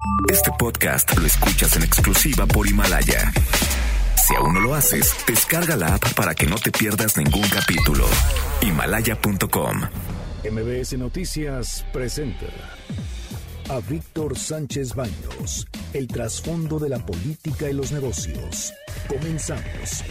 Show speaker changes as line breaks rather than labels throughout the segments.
Este podcast lo escuchas en exclusiva por Himalaya. Si aún no lo haces, descarga la app para que no te pierdas ningún capítulo. Himalaya.com.
MBS Noticias presenta a Víctor Sánchez Baños, el trasfondo de la política y los negocios. Comenzamos.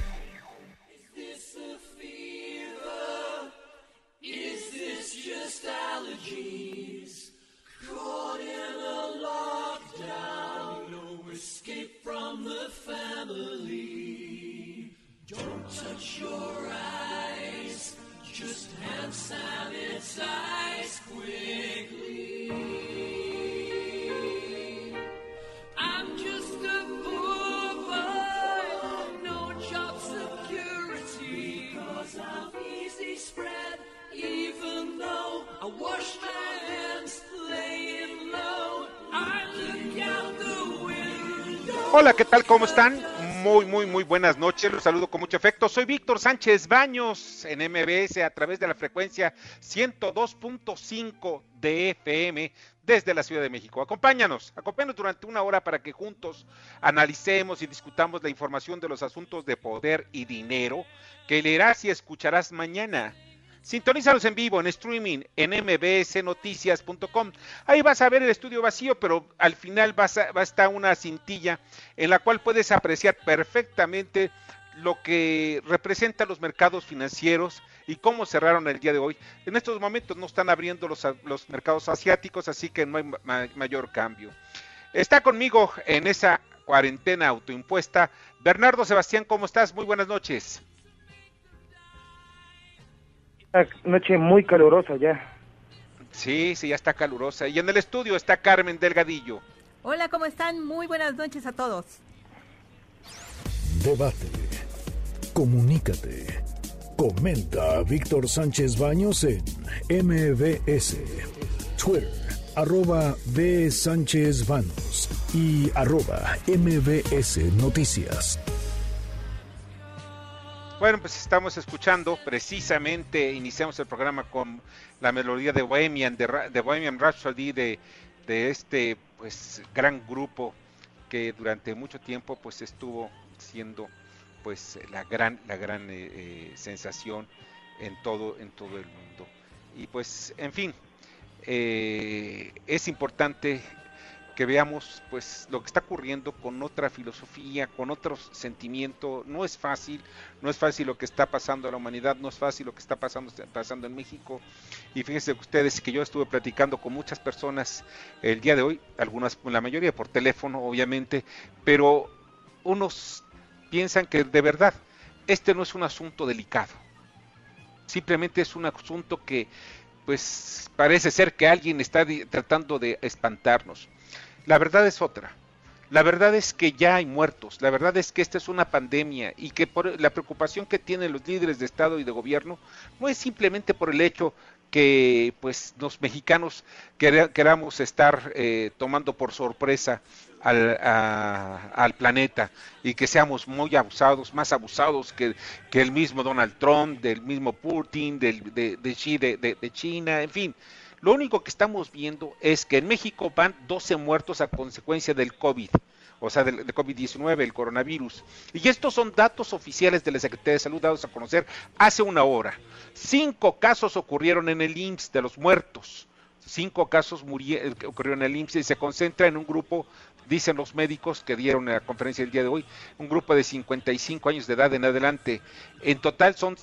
Hola, ¿qué tal? ¿Cómo están? Muy buenas noches, los saludo con mucho afecto. Soy Víctor Sánchez Baños en MBS a través de la frecuencia 102.5 de FM desde la Ciudad de México. Acompáñanos durante una hora para que juntos analicemos y discutamos la información de los asuntos de poder y dinero que leerás y escucharás mañana. Sintonízalos en vivo, en streaming, en mbsnoticias.com. Ahí vas a ver el estudio vacío, pero al final va a estar una cintilla en la cual puedes apreciar perfectamente lo que representan los mercados financieros y cómo cerraron el día de hoy. En estos momentos no están abriendo los mercados asiáticos, así que no hay mayor cambio. Está conmigo en esa cuarentena autoimpuesta Bernardo Sebastián. ¿Cómo estás? Muy buenas noches.
Noche muy calurosa ya.
Sí, ya está calurosa. Y en el estudio está Carmen Delgadillo.
Hola, ¿cómo están? Muy buenas noches a todos.
Debate. Comunícate. Comenta a Víctor Sánchez Baños en MBS. Twitter, @BSánchezBaños y @MBS Noticias.
Bueno, pues estamos escuchando, precisamente iniciamos el programa con la melodía de Bohemian Rhapsody de este pues gran grupo que durante mucho tiempo pues estuvo siendo pues la gran sensación en todo el mundo. Y pues en fin, es importante que veamos pues lo que está ocurriendo con otra filosofía, con otro sentimiento. No es fácil lo que está pasando a la humanidad, no es fácil lo que está pasando en México. Y fíjense ustedes que yo estuve platicando con muchas personas el día de hoy, la mayoría por teléfono obviamente, pero unos piensan que de verdad este no es un asunto delicado, simplemente es un asunto que pues parece ser que alguien está tratando de espantarnos. La verdad es otra. La verdad es que ya hay muertos. La verdad es que esta es una pandemia y que por la preocupación que tienen los líderes de Estado y de gobierno no es simplemente por el hecho que pues los mexicanos queramos estar tomando por sorpresa al planeta y que seamos muy abusados, más abusados que el mismo Donald Trump, del mismo Putin, de China, en fin. Lo único que estamos viendo es que en México van 12 muertos a consecuencia del COVID, o sea, del COVID-19, el coronavirus. Y estos son datos oficiales de la Secretaría de Salud dados a conocer hace una hora. 5 casos ocurrieron en el IMSS de los muertos. 5 casos ocurrieron en el IMSS y se concentra en un grupo, dicen los médicos que dieron la conferencia el día de hoy, un grupo de 55 años de edad en adelante. En total son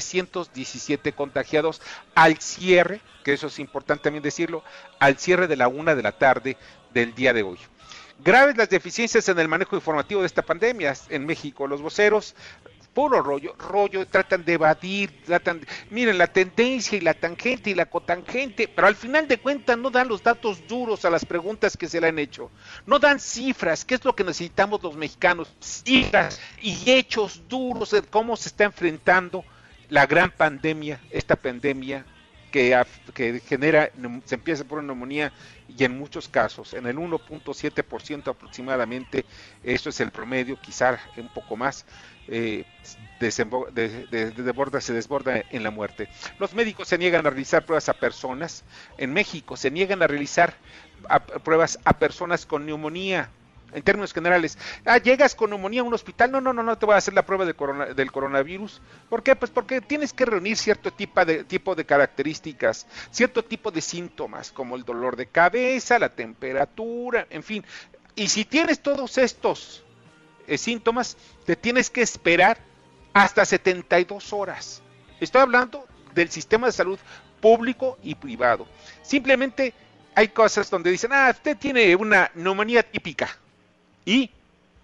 717 contagiados al cierre, que eso es importante también decirlo, al cierre de la 1 de la tarde del día de hoy. Graves las deficiencias en el manejo informativo de esta pandemia en México. Los voceros, puro rollo, tratan de evadir, miren la tendencia y la tangente y la cotangente, pero al final de cuentas no dan los datos duros a las preguntas que se le han hecho, no dan cifras, que es lo que necesitamos los mexicanos, cifras y hechos duros de cómo se está enfrentando la gran pandemia, esta pandemia que genera, se empieza por una neumonía y en muchos casos, en el 1.7% aproximadamente, eso es el promedio, quizá un poco más, se desborda en la muerte. Los médicos se niegan a realizar pruebas a personas. En México se niegan a realizar pruebas a personas con neumonía. En términos generales, llegas con neumonía a un hospital, no te voy a hacer la prueba del coronavirus. ¿Por qué? Pues porque tienes que reunir cierto tipo de características, cierto tipo de síntomas, como el dolor de cabeza, la temperatura, en fin. Y si tienes todos estos síntomas, te tienes que esperar hasta 72 horas. Estoy hablando del sistema de salud público y privado. Simplemente hay cosas donde dicen, usted tiene una neumonía típica. Y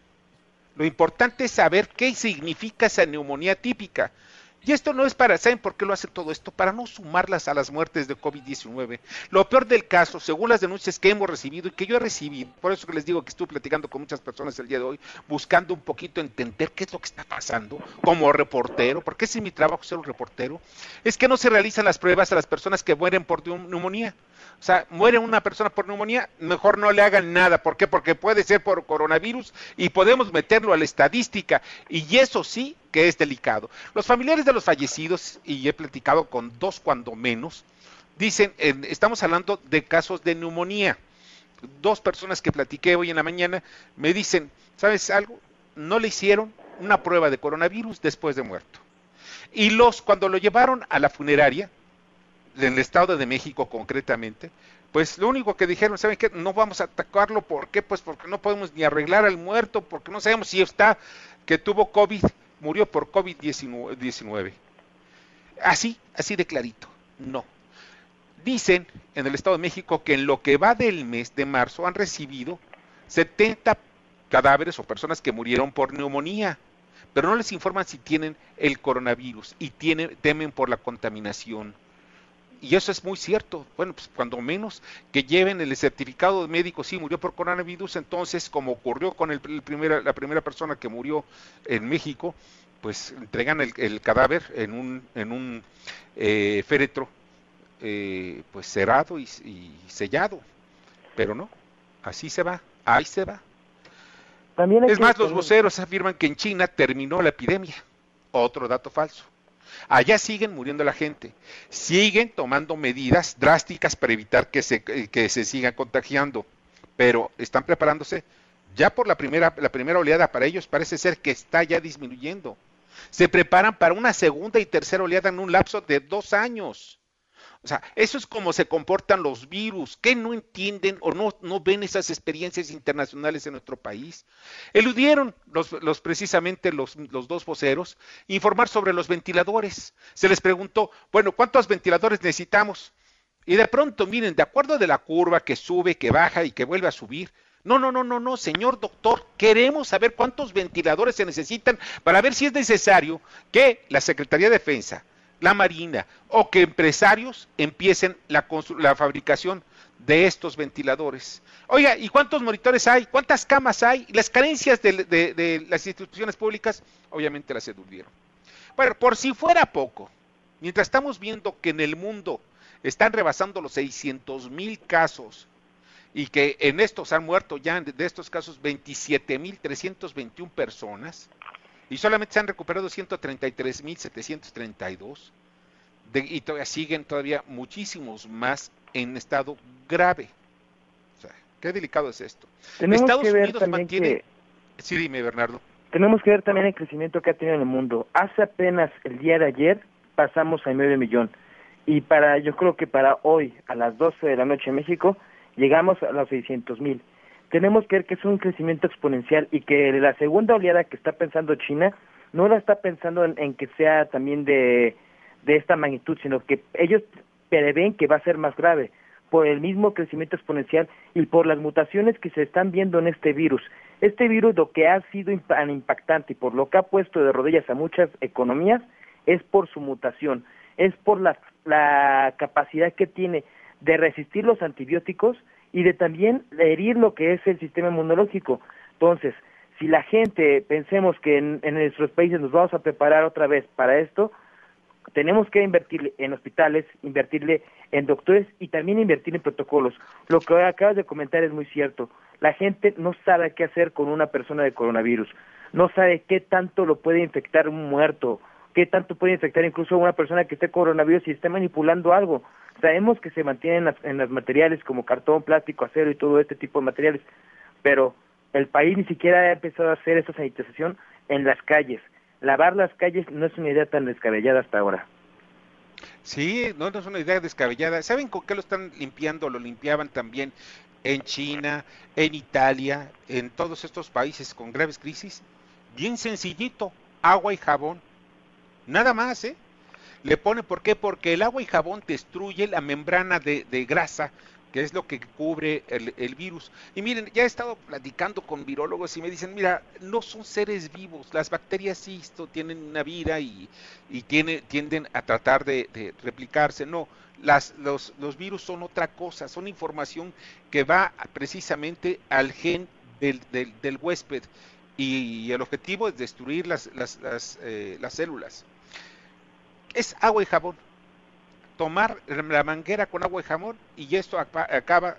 lo importante es saber qué significa esa neumonía típica. Y esto no es ¿saben por qué lo hacen todo esto? Para no sumarlas a las muertes de COVID-19. Lo peor del caso, según las denuncias que hemos recibido y que yo he recibido, por eso que les digo que estuve platicando con muchas personas el día de hoy, buscando un poquito entender qué es lo que está pasando como reportero, porque ese es mi trabajo, ser un reportero, es que no se realizan las pruebas a las personas que mueren por neumonía. O sea, muere una persona por neumonía, mejor no le hagan nada. ¿Por qué? Porque puede ser por coronavirus y podemos meterlo a la estadística. Y eso sí que es delicado. Los familiares de los fallecidos, y he platicado con 2 cuando menos, dicen, estamos hablando de casos de neumonía. 2 personas que platiqué hoy en la mañana me dicen, ¿sabes algo? No le hicieron una prueba de coronavirus después de muerto. Y cuando lo llevaron a la funeraria, en el Estado de México concretamente, pues lo único que dijeron, ¿saben qué? No vamos a atacarlo, ¿por qué? Pues porque no podemos ni arreglar al muerto, porque no sabemos si que tuvo COVID, murió por COVID-19. Así de clarito, no. Dicen en el Estado de México que en lo que va del mes de marzo han recibido 70 cadáveres o personas que murieron por neumonía, pero no les informan si tienen el coronavirus y temen por la contaminación. Y eso es muy cierto. Bueno, pues cuando menos que lleven el certificado médico, sí, murió por coronavirus, entonces, como ocurrió con la primera persona que murió en México, pues entregan el cadáver en un féretro pues cerrado y sellado. Pero no, así se va, ahí se va.
También
Es más, los voceros afirman que en China terminó la epidemia. Otro dato falso. Allá siguen muriendo la gente, siguen tomando medidas drásticas para evitar que se sigan contagiando, pero están preparándose ya por la primera oleada. Para ellos parece ser que está ya disminuyendo. Se preparan para una segunda y tercera oleada en un lapso de 2 años. O sea, eso es como se comportan los virus, que no entienden o no ven esas experiencias internacionales en nuestro país. Eludieron precisamente los 2 voceros informar sobre los ventiladores. Se les preguntó, bueno, ¿cuántos ventiladores necesitamos? Y de pronto, miren, de acuerdo de la curva que sube, que baja y que vuelve a subir, no, señor doctor, queremos saber cuántos ventiladores se necesitan para ver si es necesario que la Secretaría de Defensa, la Marina o que empresarios empiecen la fabricación de estos ventiladores. Oiga, ¿y cuántos monitores hay? ¿Cuántas camas hay? Las carencias de las instituciones públicas, obviamente las eludieron. Bueno, por si fuera poco, mientras estamos viendo que en el mundo están rebasando los 600,000 casos y que en estos han muerto ya de estos casos 27,321 personas, y solamente se han recuperado 133,732, y todavía siguen muchísimos más en estado grave. O sea, qué delicado es esto. Estados Unidos mantiene... Sí, dime, Bernardo.
Tenemos que ver también el crecimiento que ha tenido en el mundo. Hace apenas el día de ayer pasamos a 9 millón, y yo creo que para hoy, a las 12 de la noche en México, llegamos a los 600,000. Tenemos que ver que es un crecimiento exponencial y que la segunda oleada que está pensando China no la está pensando en que sea también de esta magnitud, sino que ellos prevén que va a ser más grave por el mismo crecimiento exponencial y por las mutaciones que se están viendo en este virus. Este virus, lo que ha sido tan impactante y por lo que ha puesto de rodillas a muchas economías, es por su mutación, es por la capacidad que tiene de resistir los antibióticos y de también herir lo que es el sistema inmunológico. Entonces, si la gente pensemos que en nuestros países nos vamos a preparar otra vez para esto, tenemos que invertir en hospitales, invertirle en doctores y también invertir en protocolos. Lo que acabas de comentar es muy cierto. La gente no sabe qué hacer con una persona de coronavirus, no sabe qué tanto lo puede infectar un muerto, qué tanto puede infectar incluso a una persona que esté coronavirus y esté manipulando algo. Sabemos que se mantienen en los materiales como cartón, plástico, acero y todo este tipo de materiales, pero el país ni siquiera ha empezado a hacer esa sanitización en las calles. Lavar las calles no es una idea tan descabellada hasta ahora.
Sí, no, no es una idea descabellada. ¿Saben con qué lo están limpiando? Lo limpiaban también en China, en Italia, en todos estos países con graves crisis. Bien sencillito, agua y jabón. Nada más, ¿eh? Le pone, ¿por qué? Porque el agua y jabón destruye la membrana de grasa, que es lo que cubre el virus. Y miren, ya he estado platicando con virólogos y me dicen, mira, no son seres vivos, las bacterias sí tienen una vida y tienden a tratar de replicarse. No, los virus son otra cosa, son información que va precisamente al gen del huésped y el objetivo es destruir las células. Es agua y jabón. Tomar la manguera con agua y jabón y esto acaba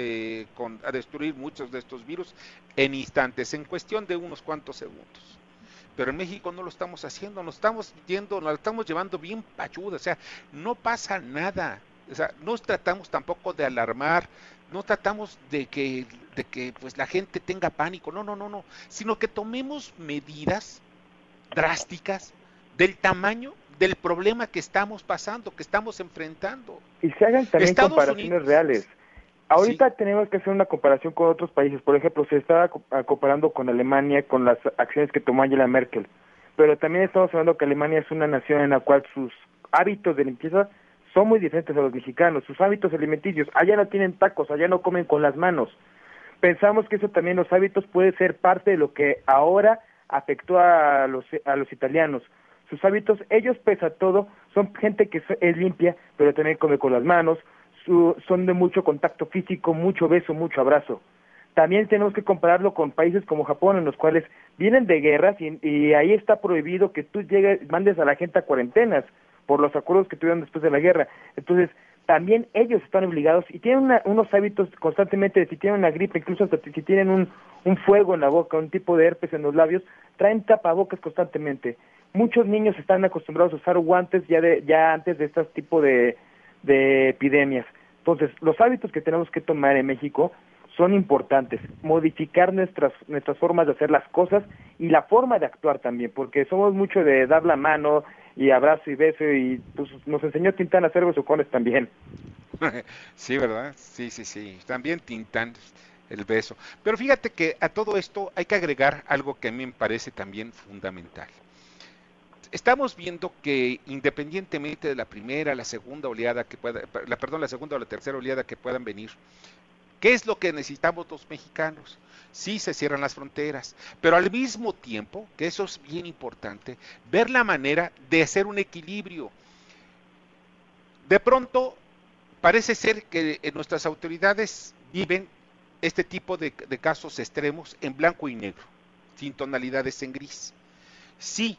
a destruir muchos de estos virus en instantes, en cuestión de unos cuantos segundos. Pero en México no lo estamos haciendo, nos estamos llevando bien pachuda, o sea, no pasa nada, o sea, no tratamos tampoco de alarmar, no tratamos de que pues la gente tenga pánico, no, sino que tomemos medidas drásticas del tamaño del problema que estamos pasando, que estamos enfrentando.
Y se hagan también
Estados
comparaciones
Unidos,
reales. Ahorita
sí.
tenemos que hacer una comparación con otros países. Por ejemplo, se está comparando con Alemania, con las acciones que tomó Angela Merkel. Pero también estamos hablando que Alemania es una nación en la cual sus hábitos de limpieza son muy diferentes a los mexicanos. Sus hábitos alimenticios, allá no tienen tacos, allá no comen con las manos. Pensamos que eso también, los hábitos, puede ser parte de lo que ahora afectó a los italianos. Sus hábitos, ellos pese a todo, son gente que es limpia, pero también come con las manos, son de mucho contacto físico, mucho beso, mucho abrazo. También tenemos que compararlo con países como Japón, en los cuales vienen de guerras y ahí está prohibido que tú mandes a la gente a cuarentenas por los acuerdos que tuvieron después de la guerra. Entonces, también ellos están obligados y tienen unos hábitos constantemente, si tienen una gripe, incluso hasta si tienen un fuego en la boca, un tipo de herpes en los labios, traen tapabocas constantemente. Muchos niños están acostumbrados a usar guantes ya antes de este tipo de epidemias. Entonces, los hábitos que tenemos que tomar en México son importantes, modificar nuestras formas de hacer las cosas y la forma de actuar también, porque somos mucho de dar la mano y abrazo y beso y pues nos enseñó Tintán a hacer besucones también.
Sí, ¿verdad? Sí, también Tintán el beso. Pero fíjate que a todo esto hay que agregar algo que a mí me parece también fundamental. Estamos viendo que independientemente de la primera, la segunda oleada la segunda o la tercera oleada que puedan venir, ¿qué es lo que necesitamos los mexicanos? Sí, se cierran las fronteras, pero al mismo tiempo, que eso es bien importante, ver la manera de hacer un equilibrio. De pronto, parece ser que nuestras autoridades viven este tipo de casos extremos en blanco y negro, sin tonalidades en gris. Sí,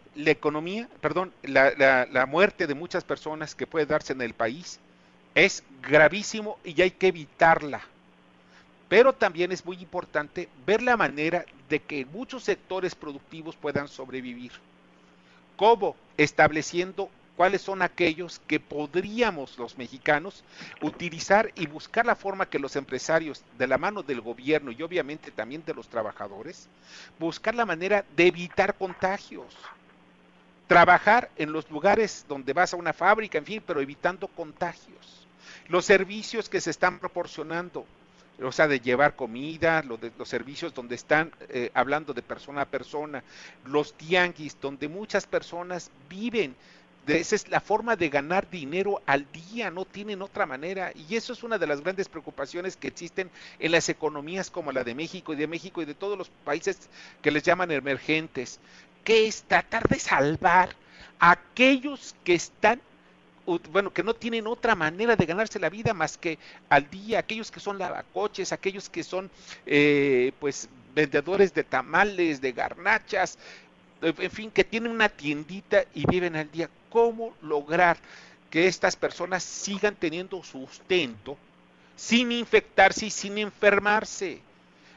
la muerte de muchas personas que puede darse en el país es gravísimo y hay que evitarla. Pero también es muy importante ver la manera de que muchos sectores productivos puedan sobrevivir. ¿Cómo? Estableciendo cuáles son aquellos que podríamos los mexicanos utilizar y buscar la forma que los empresarios, de la mano del gobierno y obviamente también de los trabajadores, buscar la manera de evitar contagios. Trabajar en los lugares donde vas a una fábrica, en fin, pero evitando contagios. Los servicios que se están proporcionando, o sea, de llevar comida, los servicios donde están hablando de persona a persona, los tianguis, donde muchas personas viven. Esa es la forma de ganar dinero al día, no tienen otra manera, y eso es una de las grandes preocupaciones que existen en las economías como la de México y de todos los países que les llaman emergentes, que es tratar de salvar a aquellos que están, bueno, que no tienen otra manera de ganarse la vida más que al día, aquellos que son lavacoches, aquellos que son pues vendedores de tamales, de garnachas, en fin, que tienen una tiendita y viven al día. ¿Cómo lograr que estas personas sigan teniendo sustento sin infectarse y sin enfermarse?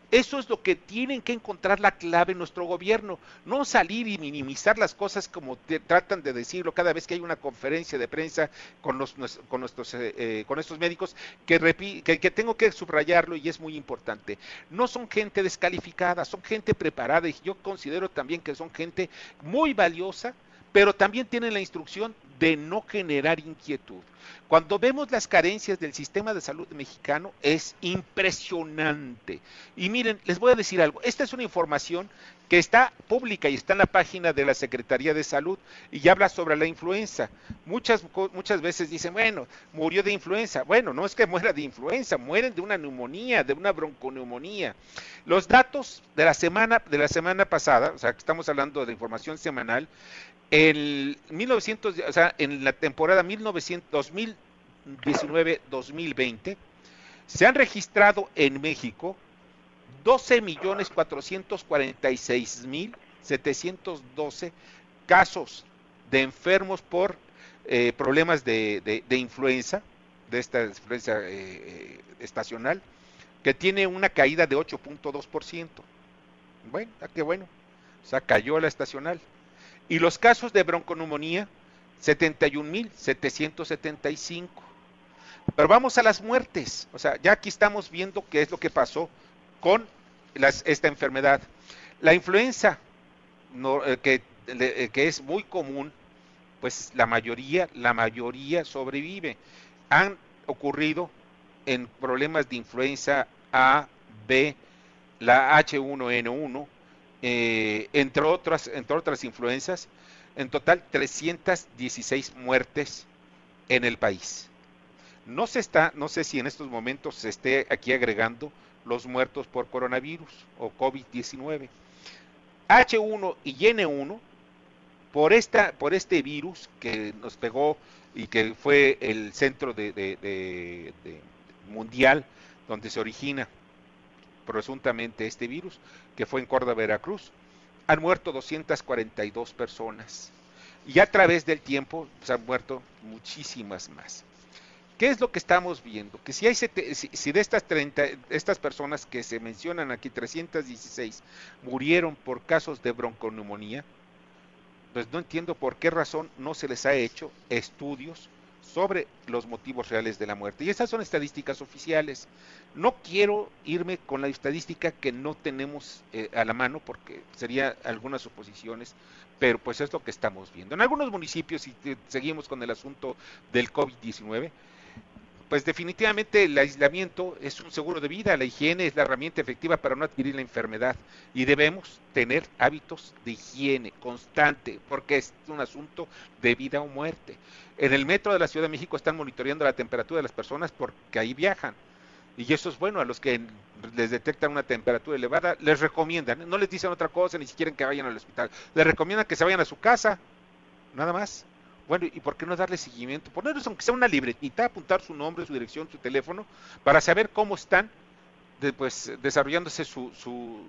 Eso es lo que tienen que encontrar la clave en nuestro gobierno, no salir y minimizar las cosas como tratan de decirlo cada vez que hay una conferencia de prensa con estos médicos, que tengo que subrayarlo y es muy importante. No son gente descalificada, son gente preparada y yo considero también que son gente muy valiosa, pero también tienen la instrucción de no generar inquietud. Cuando vemos las carencias del sistema de salud mexicano es impresionante. Y miren, les voy a decir algo, esta es una información que está pública y está en la página de la Secretaría de Salud y habla sobre la influenza. Muchas veces dicen, bueno, murió de influenza. Bueno, no es que muera de influenza, mueren de una neumonía, de una bronconeumonía. Los datos de la semana pasada, o sea, que estamos hablando de información semanal, en la temporada 2019-2020 se han registrado en México 12.446.712 casos de enfermos por problemas de influenza, de esta influenza estacional, que tiene una caída de 8.2%. Bueno, qué bueno, o sea, cayó la estacional. Y los casos de bronconeumonía, 71.775. Pero vamos a las muertes. O sea, ya aquí estamos viendo qué es lo que pasó con esta enfermedad. La influenza, que es muy común, pues la mayoría sobrevive. Han ocurrido en problemas de influenza A, B, la H1N1, entre otras influencias, en total 316 muertes en el país. No sé si en estos momentos se esté aquí agregando los muertos por coronavirus o COVID-19. H1 y N1, por este virus que nos pegó y que fue el centro de mundial donde se origina presuntamente este virus, que fue en Córdoba, Veracruz, han muerto 242 personas. Y a través del tiempo se han muerto muchísimas más. ¿Qué es lo que estamos viendo? Que si de estas personas que se mencionan aquí, 316, murieron por casos de bronconeumonía, pues no entiendo por qué razón no se les ha hecho estudios sobre los motivos reales de la muerte. Y esas son estadísticas oficiales. No quiero irme con la estadística que no tenemos a la mano, porque sería algunas suposiciones, pero pues es lo que estamos viendo. En algunos municipios, si seguimos con el asunto del COVID-19, pues definitivamente el aislamiento es un seguro de vida, la higiene es la herramienta efectiva para no adquirir la enfermedad y debemos tener hábitos de higiene constante, porque es un asunto de vida o muerte. En el metro de la Ciudad de México están monitoreando la temperatura de las personas porque ahí viajan, y eso es bueno. A los que les detectan una temperatura elevada, les recomiendan, no les dicen otra cosa, ni siquiera que vayan al hospital, les recomiendan que se vayan a su casa, nada más. Bueno, ¿y por qué no darle seguimiento? Ponerles aunque sea una libretita, apuntar su nombre, su dirección, su teléfono, para saber cómo están desarrollándose su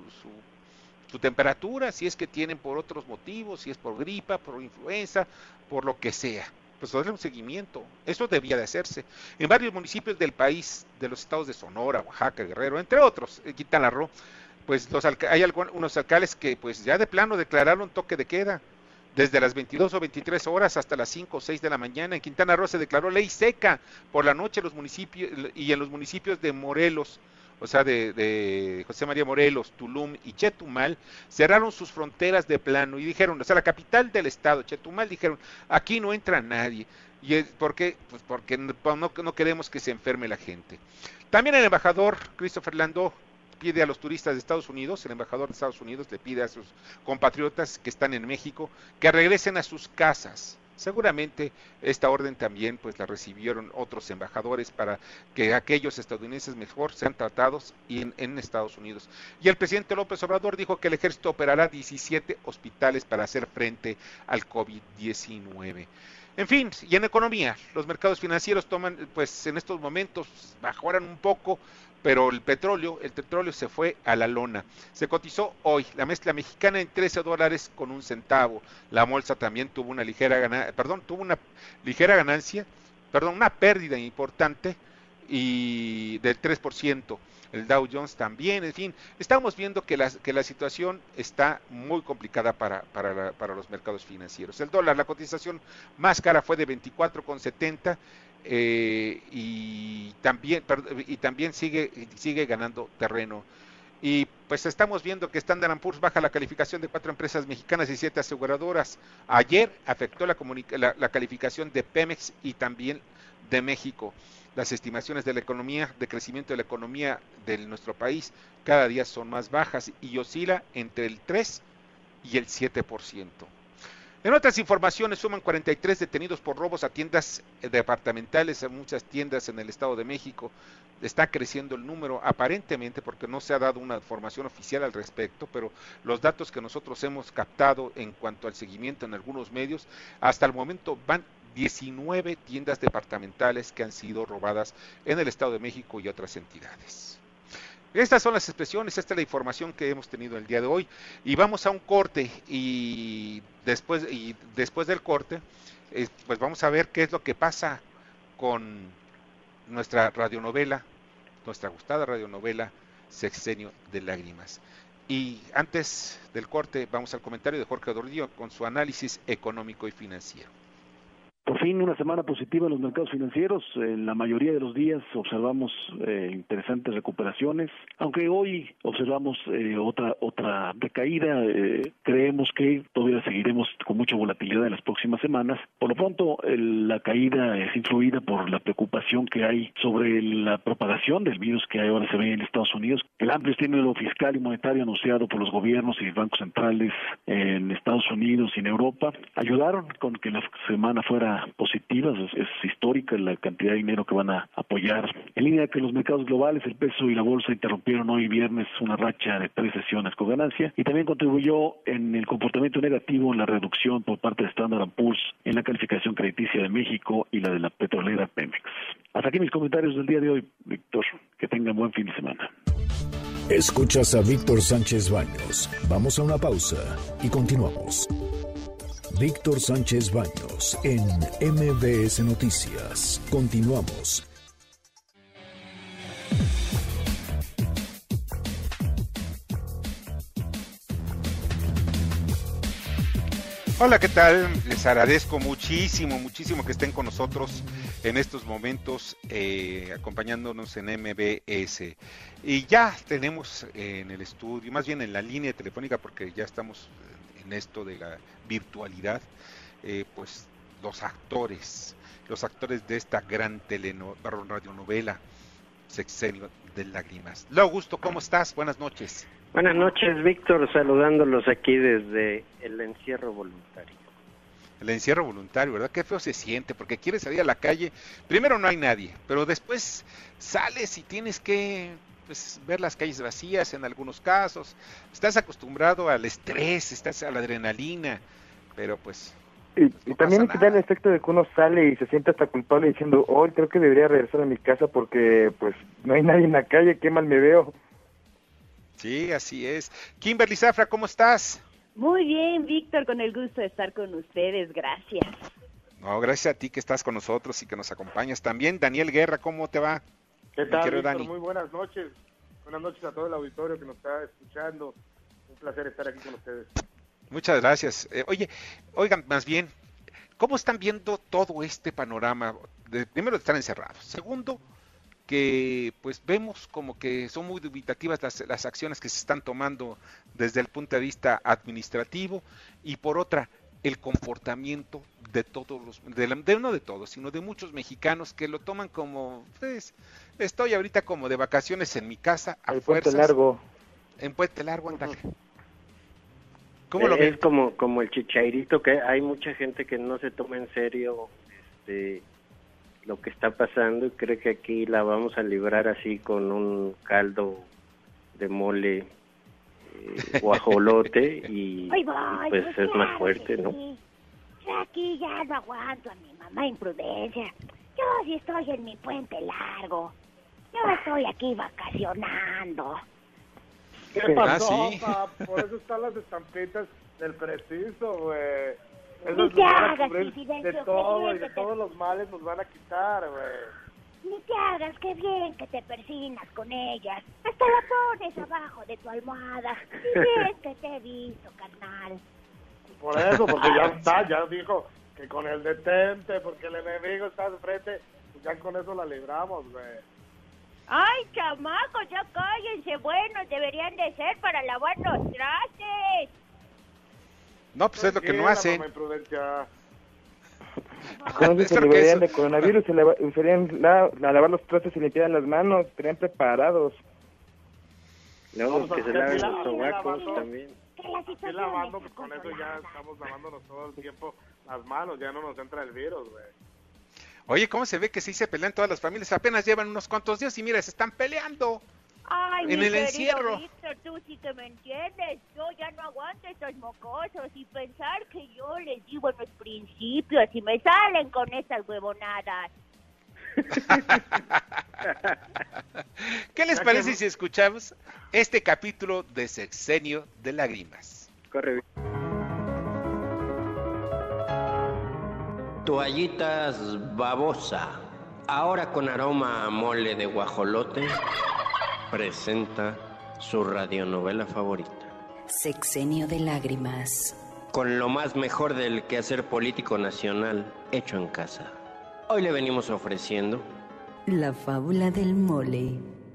temperatura, si es que tienen por otros motivos, si es por gripa, por influenza, por lo que sea. Pues darle un seguimiento. Eso debía de hacerse. En varios municipios del país, de los estados de Sonora, Oaxaca, Guerrero, entre otros, Quintana Roo, pues hay unos alcaldes que pues ya de plano declararon toque de queda. Desde las 22 o 23 horas hasta las 5 o 6 de la mañana. En Quintana Roo se declaró ley seca por la noche los municipios, y en los municipios de Morelos, o sea, de José María Morelos, Tulum y Chetumal, cerraron sus fronteras de plano y dijeron, o sea, la capital del estado, Chetumal, dijeron, aquí no entra nadie. ¿Y por qué? Pues porque no queremos que se enferme la gente. También el embajador Christopher Landó pide a los turistas de Estados Unidos, el embajador de Estados Unidos le pide a sus compatriotas que están en México que regresen a sus casas. Seguramente esta orden también pues la recibieron otros embajadores para que aquellos estadounidenses mejor sean tratados en Estados Unidos. Y el presidente López Obrador dijo que el ejército operará 17 hospitales para hacer frente al COVID-19. En fin, y en economía, los mercados financieros pues en estos momentos mejoran un poco, pero el petróleo se fue a la lona. Se cotizó hoy la mezcla mexicana en $13.01. La bolsa también tuvo una pérdida importante y del 3%. el Dow Jones también, en fin, estamos viendo que la situación está muy complicada para los mercados financieros. El dólar, la cotización más cara fue de 24,70 y también sigue ganando terreno. Y pues estamos viendo que Standard & Poor's baja la calificación de 4 empresas mexicanas y 7 aseguradoras. Ayer afectó la calificación de Pemex y también de México. Las estimaciones de la economía, de crecimiento de la economía de nuestro país, cada día son más bajas y oscila entre el 3 y el 7%. En otras informaciones, suman 43 detenidos por robos a tiendas departamentales, en muchas tiendas en el Estado de México. Está creciendo el número, aparentemente, porque no se ha dado una información oficial al respecto, pero los datos que nosotros hemos captado en cuanto al seguimiento en algunos medios, hasta el momento van 19 tiendas departamentales que han sido robadas en el Estado de México y otras entidades. Estas son las expresiones, esta es la información que hemos tenido el día de hoy. Y vamos a un corte y después del corte, pues vamos a ver qué es lo que pasa con nuestra radionovela, nuestra gustada radionovela Sexenio de Lágrimas. Y antes del corte vamos al comentario de Jorge Gordillo con su análisis económico y financiero.
Por fin una semana positiva en los mercados financieros. En la mayoría de los días observamos interesantes recuperaciones, aunque hoy observamos otra decaída. Creemos que todavía seguiremos con mucha volatilidad en las próximas semanas. Por lo pronto, la caída es influida por la preocupación que hay sobre la propagación del virus que ahora se ve en Estados Unidos. El amplio estímulo fiscal y monetario anunciado por los gobiernos y bancos centrales en Estados Unidos y en Europa ayudaron con que la semana fuera positivas. Es histórica la cantidad de dinero que van a apoyar. En línea que los mercados globales, el peso y la bolsa interrumpieron hoy viernes una racha de 3 sesiones con ganancia y también contribuyó en el comportamiento negativo en la reducción por parte de Standard & Poor's en la calificación crediticia de México y la de la petrolera Pemex. Hasta aquí mis comentarios del día de hoy, Víctor. Que tengan buen fin de semana.
Escuchas a Víctor Sánchez Baños. Vamos a una pausa y continuamos. Víctor Sánchez Baños en MBS Noticias. Continuamos.
Hola, ¿qué tal? Les agradezco muchísimo que estén con nosotros en estos momentos, acompañándonos en MBS. Y ya tenemos en el estudio, más bien en la línea telefónica, porque ya estamos en esto de la virtualidad, pues los actores de esta gran radionovela Sexenio de Lágrimas. Leo Augusto, ¿cómo estás? Buenas noches.
Buenas noches, Víctor, saludándolos aquí desde el encierro voluntario.
El encierro voluntario, ¿verdad? Qué feo se siente, porque quieres salir a la calle, primero no hay nadie, pero después sales y tienes que ver las calles vacías en algunos casos, estás acostumbrado al estrés, estás a la adrenalina, pero pues...
Y también te da el efecto de que uno sale y se siente hasta culpable diciendo, hoy creo que debería regresar a mi casa porque pues no hay nadie en la calle, qué mal me veo.
Sí, así es. Kimberly Zafra, ¿cómo estás?
Muy bien, Víctor, con el gusto de estar con ustedes, gracias.
No, gracias a ti que estás con nosotros y que nos acompañas. También Daniel Guerra, ¿cómo te va?
¿Qué tal, Víctor? Dani? Muy buenas noches. Buenas noches a todo el auditorio que nos está escuchando. Un placer estar aquí con ustedes.
Muchas gracias. Oigan, más bien, ¿cómo están viendo todo este panorama? Primero, de estar encerrados. Segundo, que pues vemos como que son muy dubitativas las acciones que se están tomando desde el punto de vista administrativo, y por otra, el comportamiento de todos no de todos, sino de muchos mexicanos que lo toman como, pues, estoy ahorita como de vacaciones en mi casa, a fuerzas. En Puente Largo, ándale.
¿Cómo lo ves? Es como el Chichairito, que hay mucha gente que no se toma en serio lo que está pasando y cree que aquí la vamos a librar así con un caldo de mole guajolote y pues es más fuerte, ¿no?
Yo aquí ya no aguanto a mi mamá imprudencia. Yo sí estoy en mi Puente Largo. Yo estoy aquí vacacionando.
¿Qué pasó, papá? Por eso están las estampitas del preciso, güey. Eso nos van a cubrir de todo y de todos los males nos van a quitar, güey.
Ni te hagas, qué bien que te persinas con ellas. Hasta la pones abajo de tu almohada. Y bien que te he visto, carnal.
Por eso, porque ya dijo que con el detente, porque el enemigo está de frente, pues ya con eso la libramos, güey.
Ay, chamacos, ya cállense, buenos deberían de ser para lavar los trastes.
No, pues es lo que no hacen.
Con eso se liberarían de coronavirus, se usarían a lavar los trastes y limpiaran las manos, estarían preparados.
No, que se laven los sobacos también.
Aquí lavando, pues con eso ya estamos lavándonos todo el tiempo las manos, ya no nos entra el virus, güey.
Oye, ¿cómo se ve que sí se pelean todas las familias? Apenas llevan unos cuantos días y mira, se están peleando.
Ay,
en el encierro.
Víctor, tú sí que me entiendes. Yo ya no aguanto estos mocosos y pensar que yo les digo en los principios y me salen con estas huevonadas.
¿Qué les parece si escuchamos este capítulo de Sexenio de Lágrimas?
Corre.
Toallitas Babosa, ahora con aroma a mole de guajolote, presenta su radionovela favorita.
Sexenio de Lágrimas.
Con lo más mejor del quehacer político nacional hecho en casa. Hoy le venimos ofreciendo
La fábula del mole.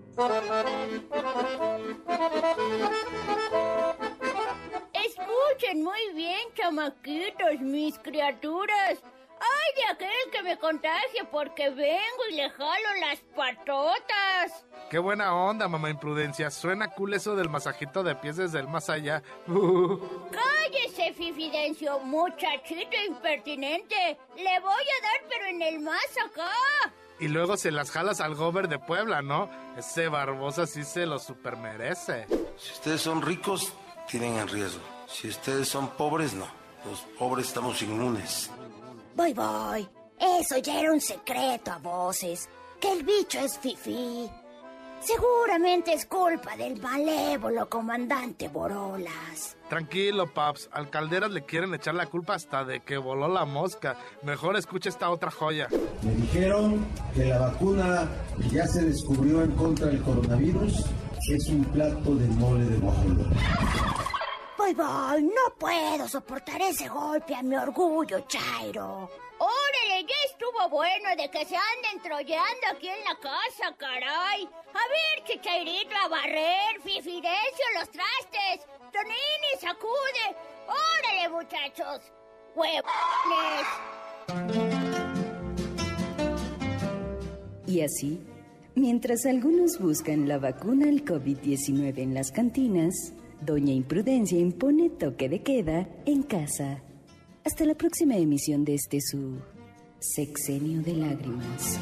Escuchen muy bien, chamaquitos, mis criaturas. ¡Ay, de aquel que me contagie porque vengo y le jalo las patotas!
¡Qué buena onda, mamá Imprudencia! Suena cool eso del masajito de pies desde el más allá.
¡Cállese, Fifidencio, muchachito impertinente! ¡Le voy a dar, pero en el más acá!
Y luego se las jalas al gober de Puebla, ¿no? Ese Barbosa sí se lo supermerece.
Si ustedes son ricos, tienen en riesgo. Si ustedes son pobres, no. Los pobres estamos inmunes.
Voy. Eso ya era un secreto a voces. Que el bicho es fifí. Seguramente es culpa del malévolo comandante Borolas.
Tranquilo, paps. Al Calderas le quieren echar la culpa hasta de que voló la mosca. Mejor escucha esta otra joya.
Me dijeron que la vacuna que ya se descubrió en contra del coronavirus es un plato de mole de guajolote.
Voy, no puedo soportar ese golpe a mi orgullo, Chairo.
¡Órale, ya estuvo bueno de que se anden troleando aquí en la casa, caray! A ver, Chichairito, a barrer, Fifidencio, los trastes. Tonini, sacude. ¡Órale, muchachos! ¡Huevones!
Y así, mientras algunos buscan la vacuna al COVID-19 en las cantinas, Doña Imprudencia impone toque de queda en casa. Hasta la próxima emisión de su Sexenio de Lágrimas.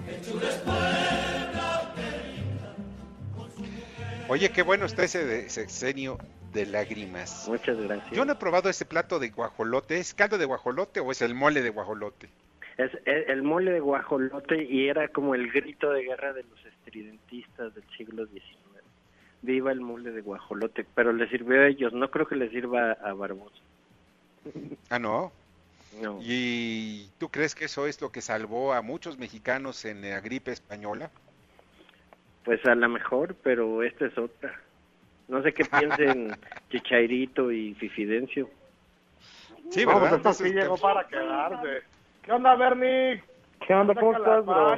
Oye, qué bueno está ese de Sexenio de Lágrimas.
Muchas gracias.
Yo no he probado ese plato de guajolote. ¿Es caldo de guajolote o es el mole de guajolote?
Es el mole de guajolote y era como el grito de guerra de los estridentistas del siglo XIX. Viva el mole de guajolote, pero le sirvió a ellos, no creo que le sirva a Barbosa.
Ah, ¿no?
No.
¿Y tú crees que eso es lo que salvó a muchos mexicanos en la gripe española?
Pues a lo mejor, pero esta es otra. No sé qué piensen Chichairito y Fifidencio.
Sí, ¿verdad?
Pues esto sí llegó para quedarse. ¿Qué onda, Bernie?
¿Qué onda? ¿Cómo estás, bro?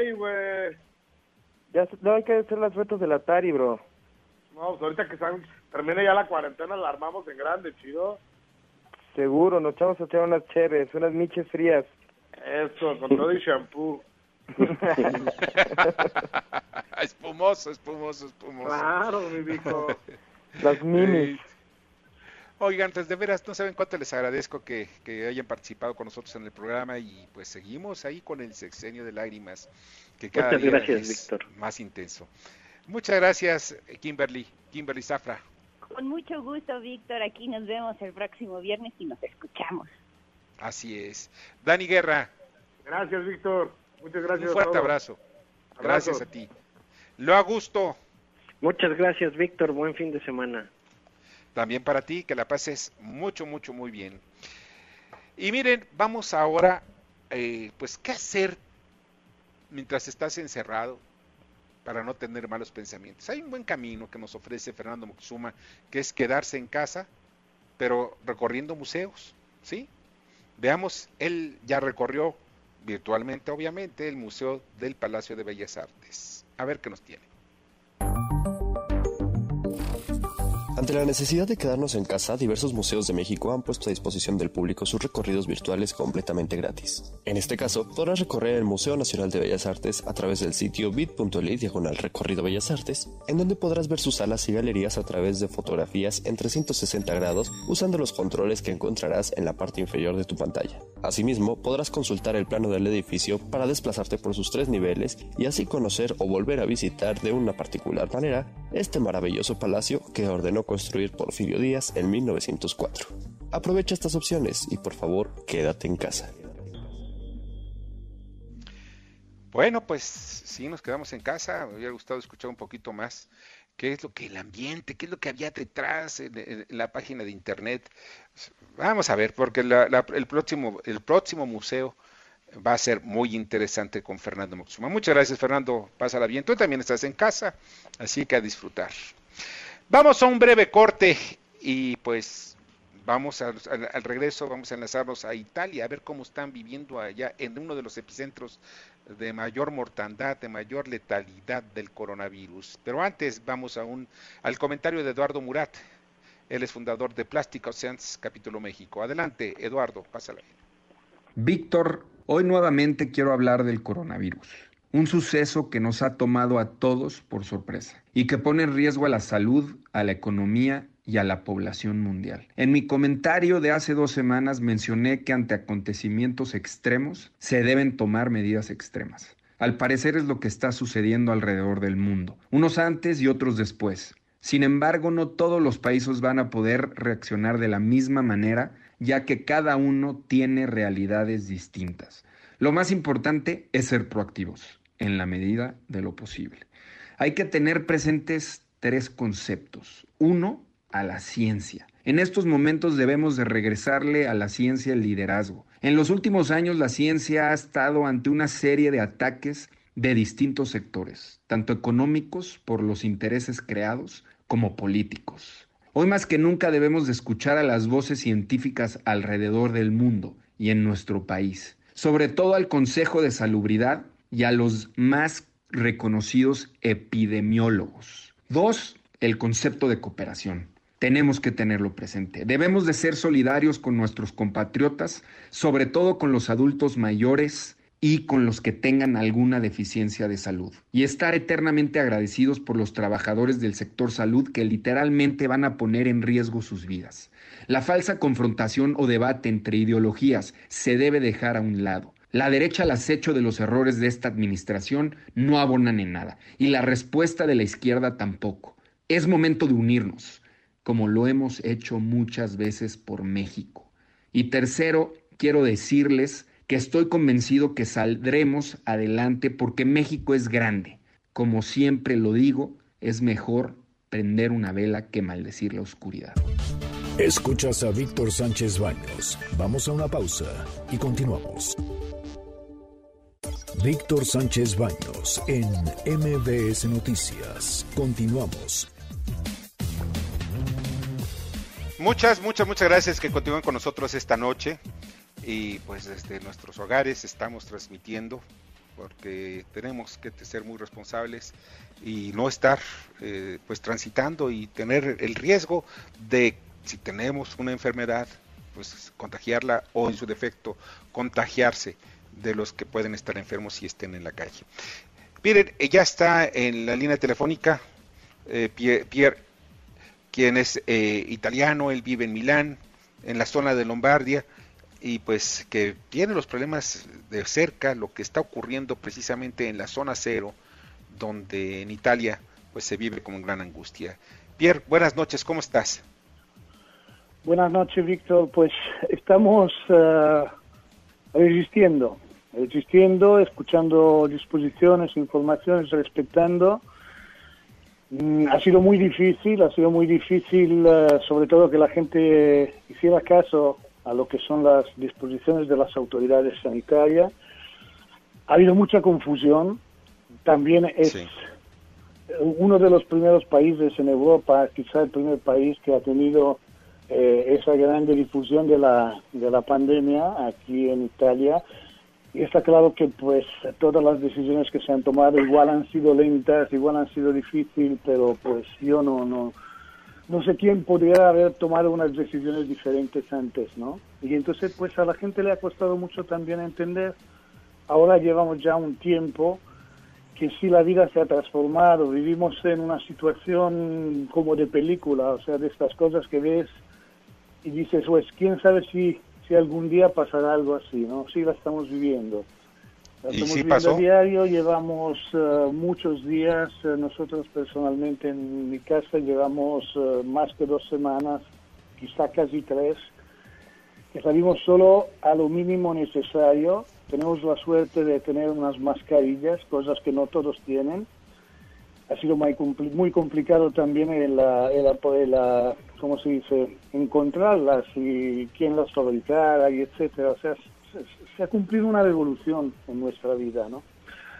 Ya
no hay que hacer las retos del Atari, bro.
No, pues ahorita que termine ya la cuarentena la armamos en grande, chido.
Seguro, nos echamos a echar unas cheves, unas miches frías.
Eso, con todo y shampoo.
Espumoso.
Claro, mi hijo.
Las minis.
Oigan, pues de veras, no saben cuánto les agradezco que hayan participado con nosotros en el programa y pues seguimos ahí con el Sexenio de Lágrimas, que cada
Muchas
día
gracias,
es
Víctor.
más intenso. Muchas gracias, Kimberly Zafra.
Con mucho gusto, Víctor. Aquí nos vemos el próximo viernes y nos escuchamos.
Así es. Dani Guerra.
Gracias, Víctor. Muchas gracias.
Un fuerte abrazo. Gracias a ti. Lo Augusto.
Muchas gracias, Víctor. Buen fin de semana.
También para ti, que la pases mucho, muy bien. Y miren, vamos ahora, pues, ¿qué hacer mientras estás encerrado, para no tener malos pensamientos. Hay un buen camino que nos ofrece Fernando Moctezuma, que es quedarse en casa, pero recorriendo museos, ¿sí? Veamos, él ya recorrió virtualmente, obviamente, el Museo del Palacio de Bellas Artes. A ver qué nos tiene.
Ante la necesidad de quedarnos en casa, diversos museos de México han puesto a disposición del público sus recorridos virtuales completamente gratis. En este caso, podrás recorrer el Museo Nacional de Bellas Artes a través del sitio bit.ly/recorrido Bellas Artes, en donde podrás ver sus salas y galerías a través de fotografías en 360 grados usando los controles que encontrarás en la parte inferior de tu pantalla. Asimismo, podrás consultar el plano del edificio para desplazarte por sus 3 niveles y así conocer o volver a visitar de una particular manera este maravilloso palacio que ordenó construir Porfirio Díaz en 1904. Aprovecha estas opciones y por favor, quédate en casa.
Bueno, pues sí, nos quedamos en casa. Me hubiera gustado escuchar un poquito más qué es lo que el ambiente, qué es lo que había detrás en la página de internet. Vamos a ver, porque el próximo museo va a ser muy interesante con Fernando Moctezuma. Muchas gracias, Fernando. Pásala bien. Tú también estás en casa, así que a disfrutar. Vamos a un breve corte y pues vamos al regreso, vamos a enlazarnos a Italia, a ver cómo están viviendo allá en uno de los epicentros de mayor mortandad, de mayor letalidad del coronavirus. Pero antes vamos al comentario de Eduardo Murat. Él es fundador de Plastic Oceans, capítulo México. Adelante, Eduardo, pásala bien.
Víctor, hoy nuevamente quiero hablar del coronavirus. Un suceso que nos ha tomado a todos por sorpresa y que pone en riesgo a la salud, a la economía y a la población mundial. En mi comentario de hace 2 semanas mencioné que ante acontecimientos extremos se deben tomar medidas extremas. Al parecer es lo que está sucediendo alrededor del mundo, unos antes y otros después. Sin embargo, no todos los países van a poder reaccionar de la misma manera, ya que cada uno tiene realidades distintas. Lo más importante es ser proactivos, en la medida de lo posible. Hay que tener presentes 3 conceptos. 1, a la ciencia. En estos momentos debemos de regresarle a la ciencia el liderazgo. En los últimos años la ciencia ha estado ante una serie de ataques de distintos sectores, tanto económicos por los intereses creados como políticos. Hoy más que nunca debemos de escuchar a las voces científicas alrededor del mundo y en nuestro país, sobre todo al Consejo de Salubridad y a los más reconocidos epidemiólogos. 2, el concepto de cooperación. Tenemos que tenerlo presente. Debemos de ser solidarios con nuestros compatriotas, sobre todo con los adultos mayores y con los que tengan alguna deficiencia de salud. Y estar eternamente agradecidos por los trabajadores del sector salud que literalmente van a poner en riesgo sus vidas. La falsa confrontación o debate entre ideologías se debe dejar a un lado. La derecha al acecho de los errores de esta administración no abonan en nada, y la respuesta de la izquierda tampoco. Es momento de unirnos, como lo hemos hecho muchas veces por México. Y tercero, quiero decirles que estoy convencido que saldremos adelante porque México es grande. Como siempre lo digo, es mejor prender una vela que maldecir la oscuridad.
Escuchas a Víctor Sánchez Baños. Vamos a una pausa y continuamos. Víctor Sánchez Baños en MBS Noticias. Continuamos.
Muchas gracias que continúen con nosotros esta noche. Y pues desde nuestros hogares estamos transmitiendo, porque tenemos que ser muy responsables y no estar pues transitando y tener el riesgo de, si tenemos una enfermedad, pues contagiarla o en su defecto contagiarse de los que pueden estar enfermos y estén en la calle. Miren, ya está en la línea telefónica Pierre, quien es italiano. Él vive en Milán, en la zona de Lombardia, y pues que tiene los problemas de cerca, lo que está ocurriendo precisamente en la zona cero, donde en Italia pues se vive con gran angustia. Pierre, buenas noches, ¿cómo estás?
Buenas noches, Víctor. Pues estamos resistiendo, escuchando disposiciones, informaciones, respetando. Ha sido muy difícil, sobre todo que la gente hiciera caso a lo que son las disposiciones de las autoridades sanitarias. Ha habido mucha confusión. También es uno de los primeros países en Europa, quizá el primer país que ha tenido esa gran difusión de la pandemia aquí en Italia. Y está claro que pues todas las decisiones que se han tomado igual han sido lentas, igual han sido difíciles, pero pues yo no sé quién podría haber tomado unas decisiones diferentes antes, ¿no? Y entonces pues a la gente le ha costado mucho también entender. Ahora llevamos ya un tiempo que sí, la vida se ha transformado, vivimos en una situación como de película, o sea, de estas cosas que ves y dices, pues, quién sabe si algún día pasará algo así, ¿no? Sí, la estamos viviendo. La estamos viviendo
pasó?
A diario, llevamos muchos días, nosotros personalmente en mi casa llevamos más que 2 semanas, quizá casi 3, que salimos solo a lo mínimo necesario. Tenemos la suerte de tener unas mascarillas, cosas que no todos tienen. Ha sido muy complicado también ¿cómo se dice?, encontrarlas y quién las fabricara y etcétera. O sea, se ha cumplido una revolución en nuestra vida, ¿no?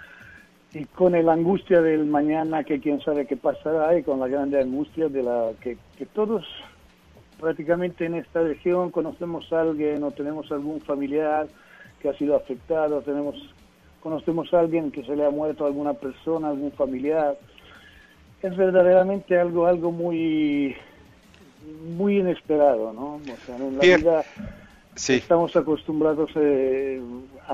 Y con la angustia del mañana, que quién sabe qué pasará, y con la grande angustia de que todos prácticamente en esta región conocemos a alguien o tenemos algún familiar que ha sido afectado, conocemos a alguien que se le ha muerto a alguna persona, algún familiar. Es verdaderamente algo muy muy inesperado, ¿no? O sea, en la vida estamos acostumbrados a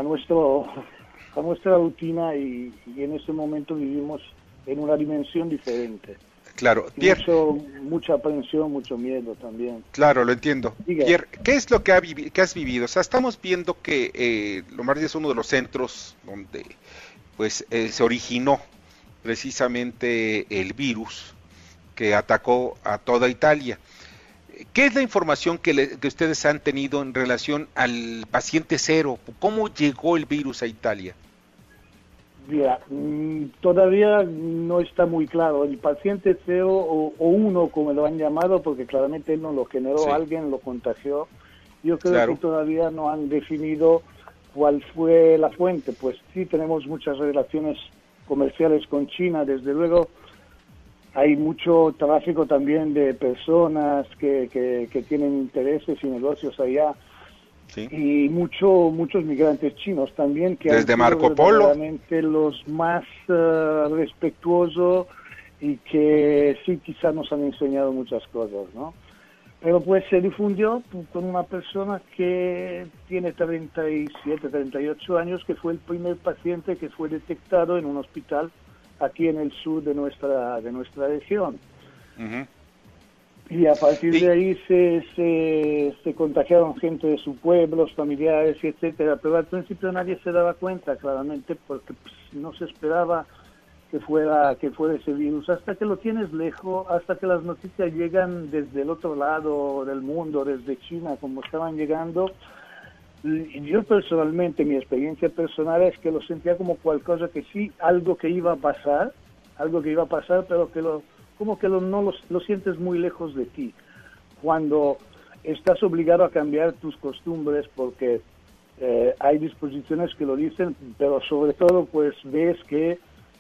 nuestra rutina y en este momento vivimos en una dimensión diferente.
Claro, Pierre.
Mucha aprensión, mucho miedo también.
Claro, lo entiendo. Diga. Pierre, ¿qué es lo que has vivido? O sea, estamos viendo que Lombardía es uno de los centros donde pues se originó precisamente el virus que atacó a toda Italia. ¿Qué es la información que ustedes han tenido en relación al paciente cero? ¿Cómo llegó el virus a Italia?
Mira, todavía no está muy claro. El paciente cero o uno, como lo han llamado, porque claramente él no lo generó, alguien lo contagió. Yo creo que todavía no han definido cuál fue la fuente. Pues sí, tenemos muchas relaciones comerciales con China, desde luego. Hay mucho tráfico también de personas que tienen intereses y negocios allá. Sí. Y muchos migrantes chinos también, que
desde
han
Marco
sido
Polo,
verdaderamente los más respetuosos y que sí quizás nos han enseñado muchas cosas, ¿no? Pero pues se difundió con una persona que tiene 37, 38 años, que fue el primer paciente que fue detectado en un hospital aquí en el sur de nuestra región. Uh-huh. Y a partir de ahí se contagiaron gente de sus pueblos, familiares, etcétera. Pero al principio nadie se daba cuenta, claramente, porque no se esperaba que fuera ese virus. Hasta que lo tienes lejos, hasta que las noticias llegan desde el otro lado del mundo, desde China, como estaban llegando. Y yo personalmente, mi experiencia personal es que lo sentía como cualquier cosa que sí, algo que iba a pasar, pero que no lo sientes muy lejos de ti. Cuando estás obligado a cambiar tus costumbres porque hay disposiciones que lo dicen, pero sobre todo pues ves que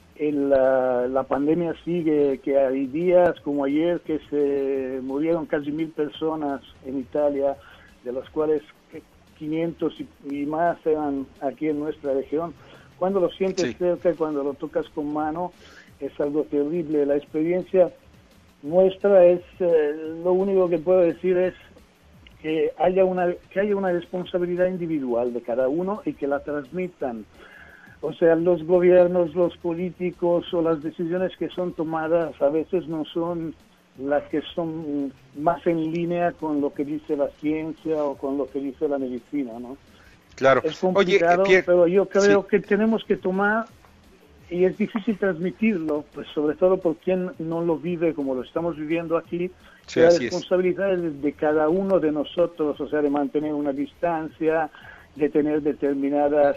la pandemia sigue, que hay días como ayer que se murieron casi 1,000 personas en Italia, de las cuales 500 y más eran aquí en nuestra región. Cuando lo sientes cerca y cuando lo tocas con mano, es algo terrible. La experiencia nuestra es, lo único que puedo decir es que haya una responsabilidad individual de cada uno y que la transmitan. O sea, los gobiernos, los políticos o las decisiones que son tomadas a veces no son las que son más en línea con lo que dice la ciencia o con lo que dice la medicina, ¿no?
Claro.
Es complicado, Pierre, pero yo creo que tenemos que tomar, y es difícil transmitirlo, pues sobre todo por quien no lo vive como lo estamos viviendo aquí. La responsabilidad es de cada uno de nosotros, o sea, de mantener una distancia, de tener determinadas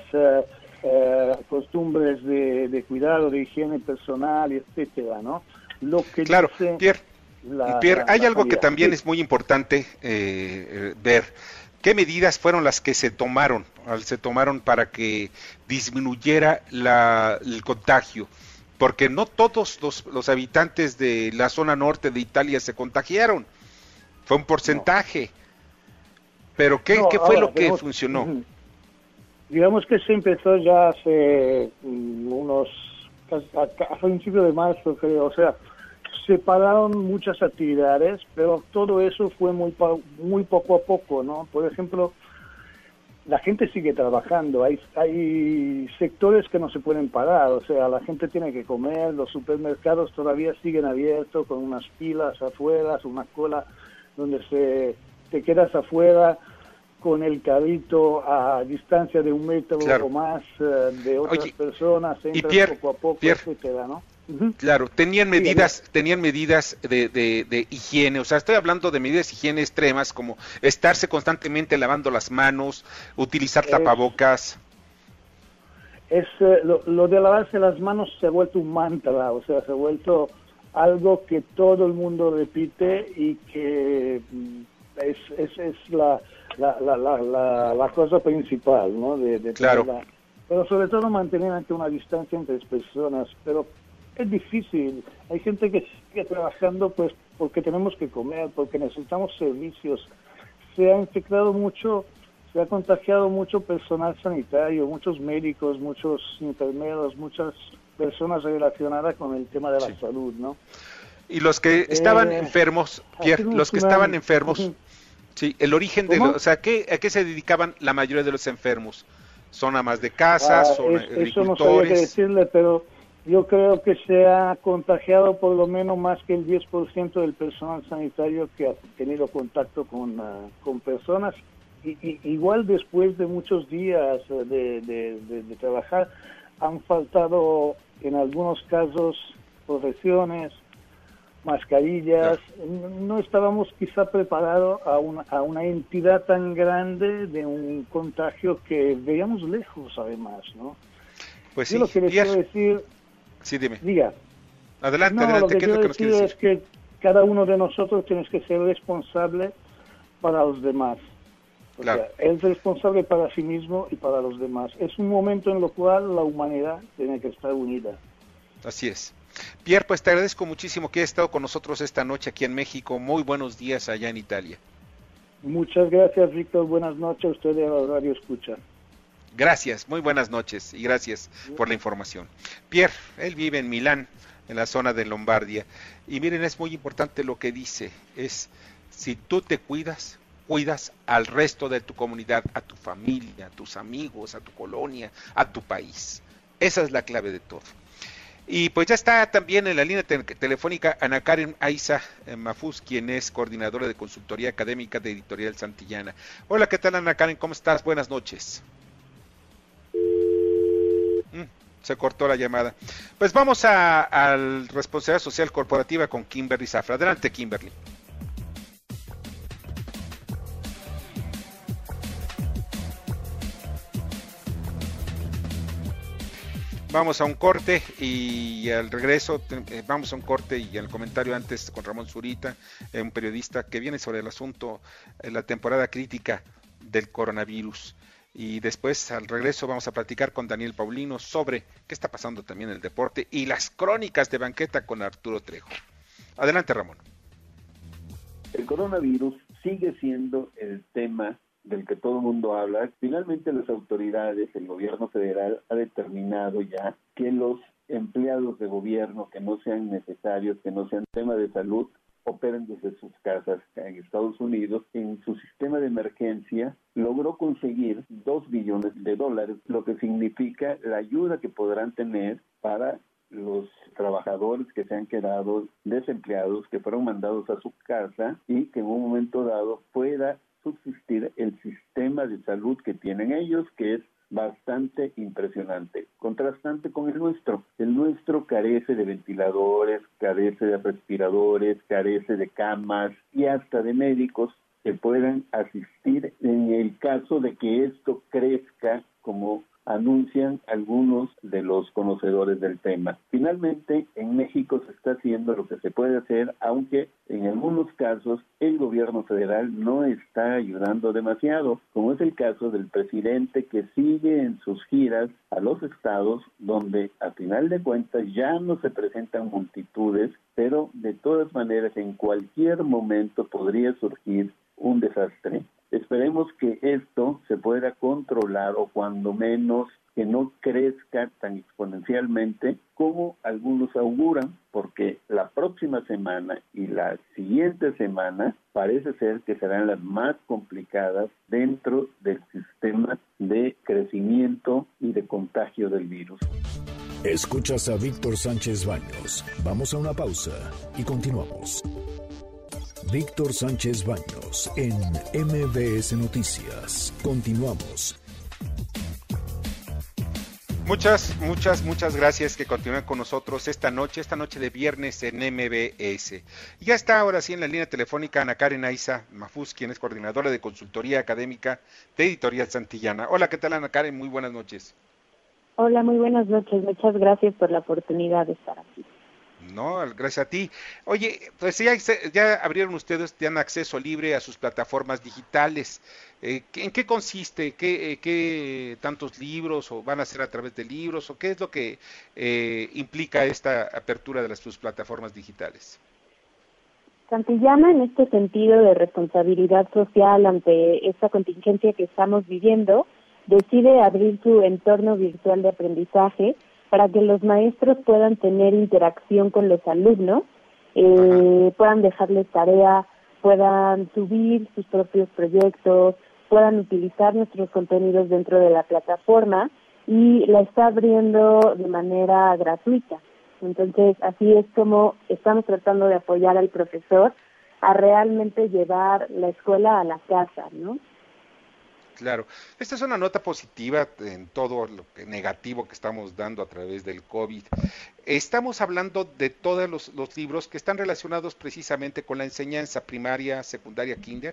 costumbres de cuidado, de higiene personal, etcétera, ¿no? Lo que
dice Pierre, hay algo que también es muy importante ver. ¿Qué medidas fueron las que se tomaron para que disminuyera el contagio? Porque no todos los habitantes de la zona norte de Italia se contagiaron, fue un porcentaje. Pero ¿qué fue lo que funcionó?
Digamos que se empezó ya hace a principios de marzo, creo, o sea, se pararon muchas actividades, pero todo eso fue muy poco a poco, ¿no? Por ejemplo, la gente sigue trabajando, hay sectores que no se pueden parar, o sea, la gente tiene que comer, los supermercados todavía siguen abiertos con unas filas afuera, una cola donde te quedas afuera con el carrito a distancia de 1 metro o más de otras personas, entras poco a poco, etcétera, ¿no?
Claro, tenían medidas de higiene, o sea, estoy hablando de medidas de higiene extremas como estarse constantemente lavando las manos, utilizar tapabocas.
Lo de lavarse las manos se ha vuelto un mantra, o sea, se ha vuelto algo que todo el mundo repite y que es la cosa principal, ¿no?
Claro.
Pero sobre todo mantener ante una distancia entre las personas, pero es difícil. Hay gente que sigue trabajando pues porque tenemos que comer, porque necesitamos servicios. Se ha infectado mucho, se ha contagiado mucho personal sanitario, muchos médicos, muchos enfermeros, muchas personas relacionadas con el tema de la salud, ¿no?
Y los que estaban enfermos, Pierre, sí, el origen de, o sea, ¿a qué se dedicaban la mayoría de los enfermos? ¿Son amas de casa? ¿Son agricultores?
Eso no sabía qué decirle, pero yo creo que se ha contagiado por lo menos más que el 10% del personal sanitario que ha tenido contacto con personas. Y igual después de muchos días de trabajar, han faltado en algunos casos protecciones, mascarillas. No estábamos quizá preparados a una entidad tan grande de un contagio que veíamos lejos además, ¿no?
Pues
yo lo que les quiero decir...
Sí, dime.
Diga.
Adelante,
lo
¿qué es lo que nos quieres decir?
Es que cada uno de nosotros tiene que ser responsable para los demás. O sea, es responsable para sí mismo y para los demás. Es un momento en el cual la humanidad tiene que estar unida.
Así es. Pierre, pues te agradezco muchísimo que hayas estado con nosotros esta noche aquí en México. Muy buenos días allá en Italia.
Muchas gracias, Víctor. Buenas noches a usted de la Radio Escucha.
Gracias, muy buenas noches y gracias por la información. Pierre, él vive en Milán, en la zona de Lombardia. Y miren, es muy importante lo que dice, es si tú te cuidas, cuidas al resto de tu comunidad, a tu familia, a tus amigos, a tu colonia, a tu país. Esa es la clave de todo. Y pues ya está también en la línea telefónica Ana Karen Aiza Mafuz, quien es coordinadora de consultoría académica de Editorial Santillana. Hola, ¿qué tal, Ana Karen? ¿Cómo estás? Buenas noches. Se cortó la llamada. Pues vamos al responsabilidad social corporativa con Kimberly Zafra. Adelante, Kimberly. Vamos a un corte y al regreso, vamos a un corte y al comentario antes con Ramón Zurita, un periodista que viene sobre el asunto, la temporada crítica del coronavirus. Y después, al regreso, vamos a platicar con Daniel Paulino sobre qué está pasando también en el deporte y las crónicas de banqueta con Arturo Trejo. Adelante, Ramón.
El coronavirus sigue siendo el tema del que todo el mundo habla. Finalmente las autoridades, el gobierno federal ha determinado ya que los empleados de gobierno que no sean necesarios, que no sean tema de salud, operen desde sus casas. En Estados Unidos, en su sistema de emergencia, logró conseguir $2 billones, lo que significa la ayuda que podrán tener para los trabajadores que se han quedado desempleados, que fueron mandados a su casa y que en un momento dado pueda subsistir el sistema de salud que tienen ellos, que es bastante impresionante, contrastante con el nuestro. El nuestro carece de ventiladores, carece de respiradores, carece de camas y hasta de médicos que puedan asistir en el caso de que esto crezca como anuncian algunos de los conocedores del tema. Finalmente, en México se está haciendo lo que se puede hacer, aunque en algunos casos el gobierno federal no está ayudando demasiado, como es el caso del presidente que sigue en sus giras a los estados, donde a final de cuentas ya no se presentan multitudes, pero de todas maneras en cualquier momento podría surgir un desastre. Esperemos que esto se pueda controlar o cuando menos que no crezca tan exponencialmente como algunos auguran, porque la próxima semana y la siguiente semana parece ser que serán las más complicadas dentro del sistema de crecimiento y de contagio del virus.
Escuchas a Víctor Sánchez Baños. Vamos a una pausa y continuamos. Víctor Sánchez Baños en MBS Noticias. Continuamos.
Muchas gracias que continúen con nosotros esta noche de viernes en MBS. Ya está ahora sí en la línea telefónica Ana Karen Aiza Mafuz, quien es coordinadora de consultoría académica de Editorial Santillana. Hola, ¿qué tal, Ana Karen? Muy buenas noches.
Hola, muy buenas noches. Muchas gracias por la oportunidad de estar aquí.
No, gracias a ti. Oye, pues ya abrieron ustedes, dan acceso libre a sus plataformas digitales. ¿En qué consiste? ¿Qué tantos libros o van a ser a través de libros? ¿O qué es lo que implica esta apertura de sus plataformas digitales?
Santillana, en este sentido de responsabilidad social ante esta contingencia que estamos viviendo, decide abrir su entorno virtual de aprendizaje para que los maestros puedan tener interacción con los alumnos, puedan dejarles tarea, puedan subir sus propios proyectos, puedan utilizar nuestros contenidos dentro de la plataforma y la está abriendo de manera gratuita. Entonces, así es como estamos tratando de apoyar al profesor a realmente llevar la escuela a la casa, ¿no?
Claro, esta es una nota positiva en todo lo negativo que estamos dando a través del COVID. Estamos hablando de todos los libros que están relacionados precisamente con la enseñanza primaria, secundaria, kinder.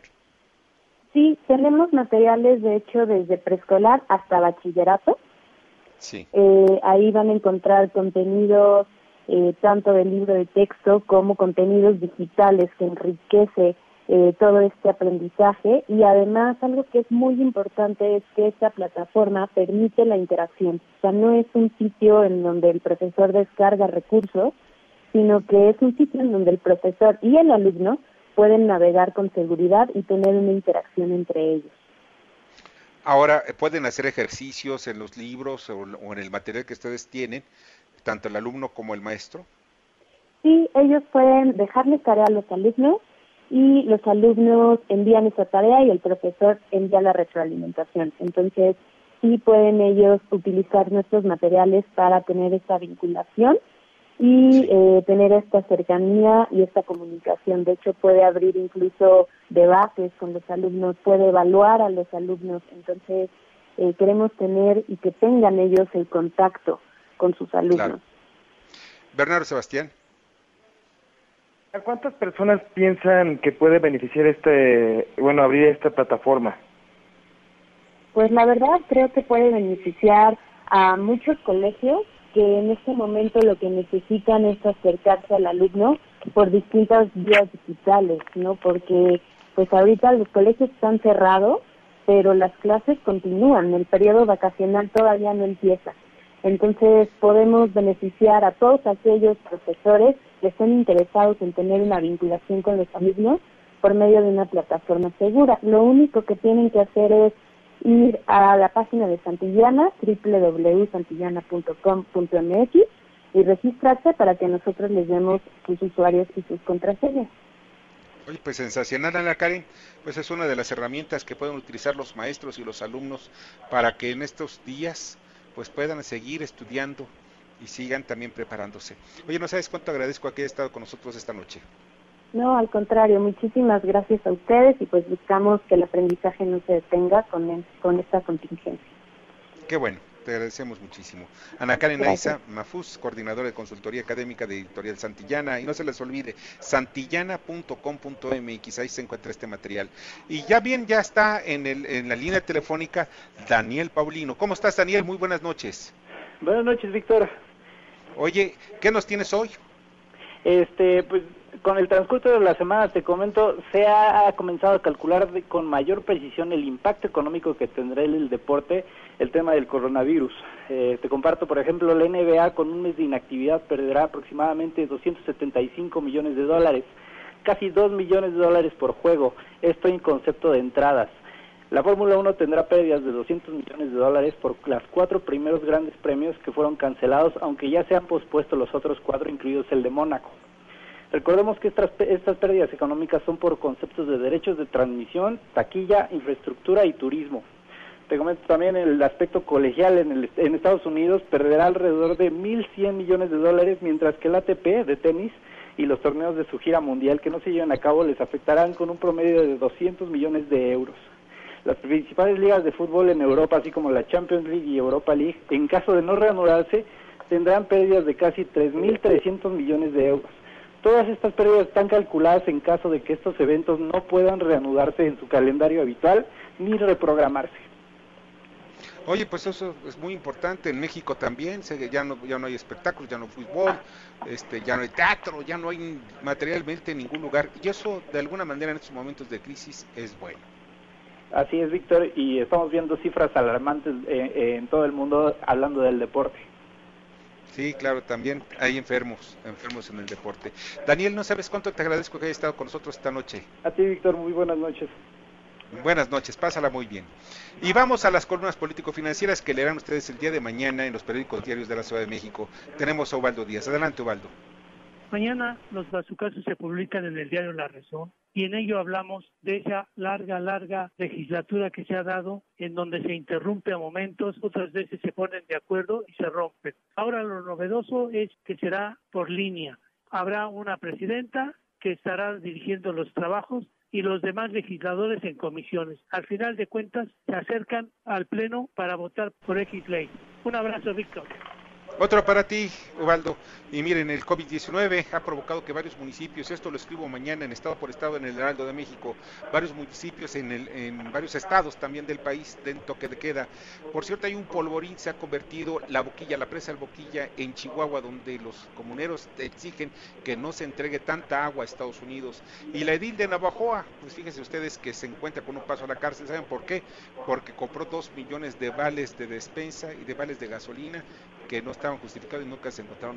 Sí, tenemos materiales de hecho desde preescolar hasta bachillerato.
Sí.
Ahí van a encontrar contenidos tanto del libro de texto como contenidos digitales que enriquece todo este aprendizaje, y además algo que es muy importante es que esta plataforma permite la interacción. O sea, no es un sitio en donde el profesor descarga recursos, sino que es un sitio en donde el profesor y el alumno pueden navegar con seguridad y tener una interacción entre ellos.
Ahora, ¿pueden hacer ejercicios en los libros o en el material que ustedes tienen, tanto el alumno como el maestro?
Sí, ellos pueden dejarles tarea a los alumnos y los alumnos envían esa tarea y el profesor envía la retroalimentación. Entonces, sí pueden ellos utilizar nuestros materiales para tener esta vinculación y tener esta cercanía y esta comunicación. De hecho, puede abrir incluso debates con los alumnos, puede evaluar a los alumnos. Entonces, queremos tener y que tengan ellos el contacto con sus alumnos.
Claro. Bernardo Sebastián.
¿A cuántas personas piensan que puede beneficiar abrir esta plataforma?
Pues la verdad creo que puede beneficiar a muchos colegios que en este momento lo que necesitan es acercarse al alumno por distintas vías digitales, ¿no? Porque pues ahorita los colegios están cerrados, pero las clases continúan, el periodo vacacional todavía no empieza. Entonces podemos beneficiar a todos aquellos profesores que estén interesados en tener una vinculación con los alumnos por medio de una plataforma segura. Lo único que tienen que hacer es ir a la página de Santillana, www.santillana.com.mx, y registrarse para que nosotros les demos sus usuarios y sus contraseñas.
Oye, pues sensacional, Ana Karen. Pues es una de las herramientas que pueden utilizar los maestros y los alumnos para que en estos días pues puedan seguir estudiando y sigan también preparándose. Oye, no sabes cuánto agradezco a que haya estado con nosotros esta noche.
No, al contrario, muchísimas gracias a ustedes y pues buscamos que el aprendizaje no se detenga con esta contingencia.
Qué bueno, Te agradecemos muchísimo. Ana Karen Aiza Mafuz, coordinadora de consultoría académica de Editorial Santillana. Y no se les olvide, santillana.com.mx, ahí se encuentra este material. Y ya está en la línea telefónica Daniel Paulino. ¿Cómo estás, Daniel? Muy buenas noches.
Buenas noches, Víctor.
Oye, ¿qué nos tienes hoy?
Pues con el transcurso de la semana, te comento, se ha comenzado a calcular con mayor precisión el impacto económico que tendrá el deporte, el tema del coronavirus. Te comparto, por ejemplo, la NBA con un mes de inactividad perderá aproximadamente $275 millones, casi $2 millones por juego, esto en concepto de entradas. La Fórmula 1 tendrá pérdidas de $200 millones por las 4 primeros grandes premios que fueron cancelados, aunque ya se han pospuesto los otros 4, incluidos el de Mónaco. Recordemos que estas pérdidas económicas son por conceptos de derechos de transmisión, taquilla, infraestructura y turismo. Te comento también el aspecto colegial en Estados Unidos perderá alrededor de $1.100 millones, mientras que el ATP de tenis y los torneos de su gira mundial que no se llevan a cabo les afectarán con un promedio de €200 millones. Las principales ligas de fútbol en Europa, así como la Champions League y Europa League, en caso de no reanudarse, tendrán pérdidas de casi €3.300 millones. Todas estas pérdidas están calculadas en caso de que estos eventos no puedan reanudarse en su calendario habitual ni reprogramarse.
Oye, pues eso es muy importante. En México también ya no hay espectáculos, ya no hay fútbol, ya no hay teatro, ya no hay materialmente en ningún lugar. Y eso, de alguna manera, en estos momentos de crisis es bueno. Así es, Víctor, y estamos viendo cifras alarmantes en todo el mundo hablando del deporte. Sí, claro, también hay enfermos en el deporte. Daniel, no sabes cuánto te agradezco que hayas estado con nosotros esta noche.
A ti, Víctor, muy buenas noches.
Buenas noches, pásala muy bien. Y vamos a las columnas político-financieras que leerán ustedes el día de mañana en los periódicos diarios de la Ciudad de México. Tenemos a Ubaldo Díaz. Adelante, Ubaldo.
Mañana los bazucazos se publican en el diario La Razón y en ello hablamos de esa larga legislatura que se ha dado, en donde se interrumpe a momentos, otras veces se ponen de acuerdo y se rompen. Ahora lo novedoso es que será por línea. Habrá una presidenta que estará dirigiendo los trabajos y los demás legisladores en comisiones. Al final de cuentas se acercan al Pleno para votar por X ley. Un abrazo, Víctor.
Otro para ti, Ubaldo. Y miren, el COVID-19 ha provocado que varios municipios, esto lo escribo mañana en Estado por Estado en el Heraldo de México, varios municipios en varios estados también del país den toque de queda. Por cierto, hay un polvorín, se ha convertido la presa del Boquilla en Chihuahua, donde los comuneros exigen que no se entregue tanta agua a Estados Unidos. Y la edil de Navajoa, pues fíjense ustedes que se encuentra con un paso a la cárcel. ¿Saben por qué? Porque compró 2 millones de vales de despensa y de vales de gasolina que no estaban justificados y nunca se encontraron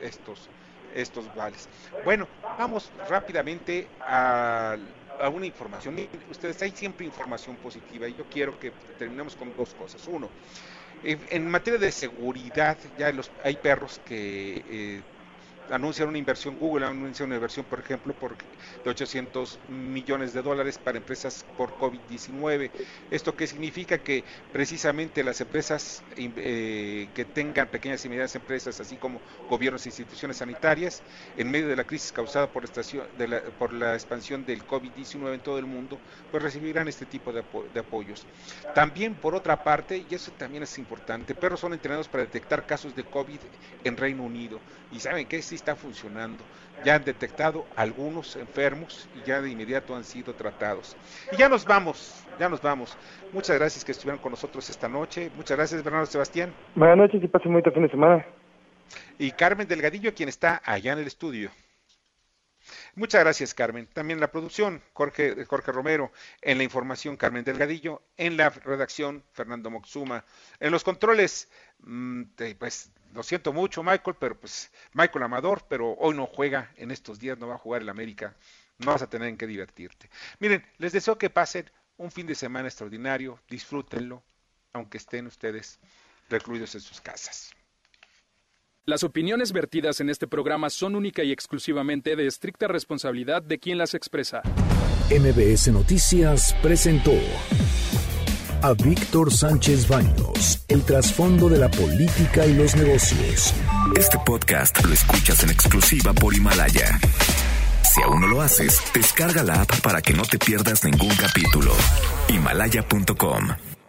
estos vales. Bueno, vamos rápidamente a una información. Ustedes, hay siempre información positiva y yo quiero que terminemos con 2 cosas. Uno, en materia de seguridad, ya hay perros que anuncian una inversión, Google anuncia una inversión, por ejemplo, de $800 millones para empresas por COVID-19. ¿Esto qué significa? Que precisamente las empresas que tengan pequeñas y medianas empresas, así como gobiernos e instituciones sanitarias, en medio de la crisis causada por la expansión del COVID-19 en todo el mundo, pues recibirán este tipo de apoyos. También, por otra parte, y eso también es importante, perros son entrenados para detectar casos de COVID en Reino Unido. Y saben que sí está funcionando. Ya han detectado algunos enfermos y ya de inmediato han sido tratados. Y ya nos vamos. Muchas gracias que estuvieron con nosotros esta noche. Muchas gracias, Bernardo Sebastián.
Buenas noches y pasen muy buen fin de semana.
Y Carmen Delgadillo, quien está allá en el estudio. Muchas gracias, Carmen. También en la producción, Jorge Romero. En la información, Carmen Delgadillo. En la redacción, Fernando Moxuma. En los controles, pues lo siento mucho, Michael, pero pues Michael Amador, pero hoy no juega, en estos días no va a jugar el América. No vas a tener en qué divertirte. Miren, les deseo que pasen un fin de semana extraordinario. Disfrútenlo, aunque estén ustedes recluidos en sus casas.
Las opiniones vertidas en este programa son única y exclusivamente de estricta responsabilidad de quien las expresa.
MBS Noticias presentó a Víctor Sánchez Baños, el trasfondo de la política y los negocios.
Este podcast lo escuchas en exclusiva por Himalaya. Si aún no lo haces, descarga la app para que no te pierdas ningún capítulo. Himalaya.com